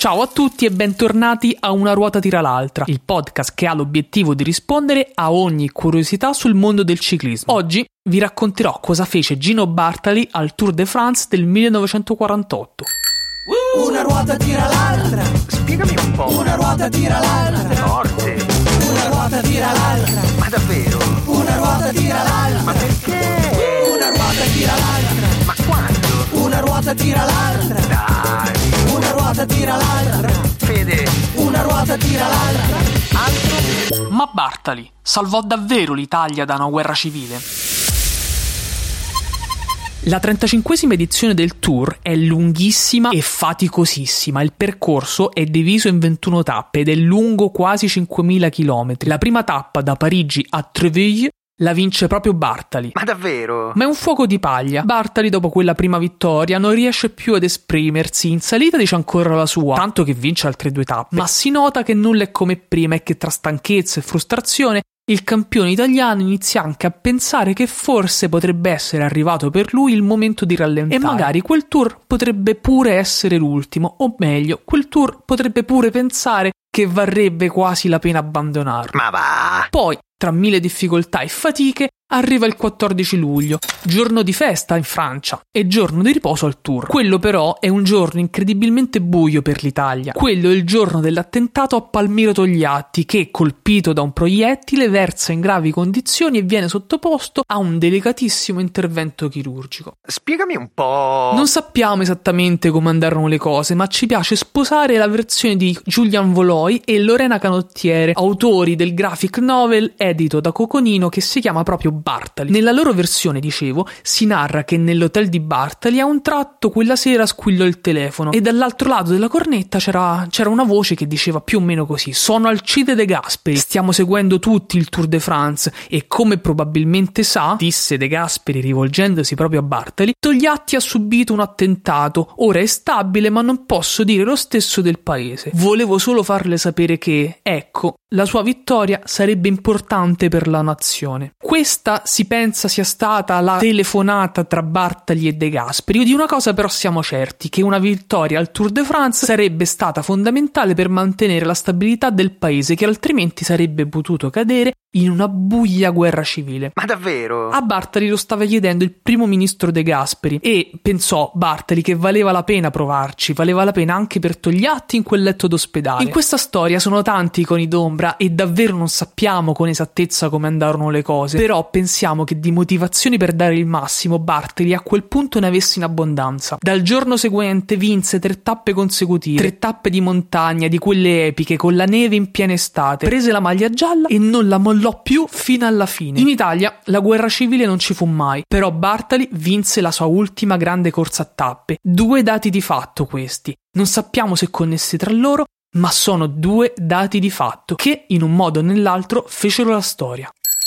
Ciao a tutti e bentornati a Una ruota tira l'altra, il podcast che ha l'obiettivo di rispondere a ogni curiosità sul mondo del ciclismo. Oggi vi racconterò cosa fece Gino Bartali al Tour de France del 1948. Una ruota tira l'altra. Spiegami un po'. Una ruota tira l'altra. Forte. Una ruota tira l'altra. Ma davvero? Una ruota tira l'altra. Ma perché? Una ruota tira l'altra. Ma quando? Una ruota tira l'altra. Dai. Una ruota tira l'altra. Fede. Una ruota tira l'altra. Altro? Ma Bartali salvò davvero l'Italia da una guerra civile? La 35esima edizione del Tour è lunghissima e faticosissima. Il percorso è diviso in 21 tappe ed è lungo quasi 5.000 km. La prima tappa da Parigi a Treviglio la vince proprio Bartali. Ma davvero? Ma è un fuoco di paglia. Bartali, dopo quella prima vittoria, non riesce più ad esprimersi. In salita dice ancora la sua, tanto che vince altre 2 tappe. Ma si nota che nulla è come prima e che tra stanchezza e frustrazione il campione italiano inizia anche a pensare che forse potrebbe essere arrivato per lui il momento di rallentare. E magari quel tour potrebbe pure essere l'ultimo, o meglio, quel tour potrebbe pure pensare che varrebbe quasi la pena abbandonarlo. Ma va! Poi, tra 1000 difficoltà e fatiche, arriva il 14 luglio, giorno di festa in Francia e giorno di riposo al Tour. Quello però è un giorno incredibilmente buio per l'Italia. Quello è il giorno dell'attentato a Palmiro Togliatti che, colpito da un proiettile, versa in gravi condizioni e viene sottoposto a un delicatissimo intervento chirurgico. Spiegami un po'. Non sappiamo esattamente come andarono le cose, ma ci piace sposare la versione di Julian Voloi e Lorena Canottiere, autori del graphic novel edito da Coconino che si chiama proprio Bartali. Nella loro versione, dicevo, si narra che nell'hotel di Bartali a un tratto quella sera squillò il telefono e dall'altro lato della cornetta c'era una voce che diceva più o meno così: sono Alcide De Gasperi, stiamo seguendo tutti il Tour de France e come probabilmente sa, disse De Gasperi rivolgendosi proprio a Bartali, Togliatti ha subito un attentato, ora è stabile ma non posso dire lo stesso del paese. Volevo solo farle sapere che, ecco, la sua vittoria sarebbe importante per la nazione. Questa si pensa sia stata la telefonata tra Bartali e De Gasperi. Di una cosa però siamo certi, che una vittoria al Tour de France sarebbe stata fondamentale per mantenere la stabilità del paese, che altrimenti sarebbe potuto cadere in una buia guerra civile. Ma davvero? A Bartali lo stava chiedendo il primo ministro De Gasperi e pensò Bartali che valeva la pena provarci, valeva la pena anche per Togliatti in quel letto d'ospedale. In questa storia sono tanti iconi d'ombra e davvero non sappiamo con esattezza come andarono le cose, però pensiamo che di motivazioni per dare il massimo Bartali a quel punto ne avesse in abbondanza. Dal giorno seguente vinse 3 tappe consecutive, 3 tappe di montagna, di quelle epiche, con la neve in piena estate, prese la maglia gialla e non la mollò più fino alla fine. In Italia la guerra civile non ci fu mai, però Bartali vinse la sua ultima grande corsa a tappe. 2 dati di fatto questi, non sappiamo se connessi tra loro, ma sono 2 dati di fatto che in un modo o nell'altro fecero la storia.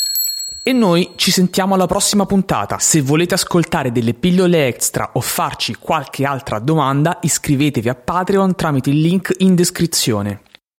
E noi ci sentiamo alla prossima puntata. Se volete ascoltare delle pillole extra o farci qualche altra domanda, iscrivetevi a Patreon tramite il link in descrizione.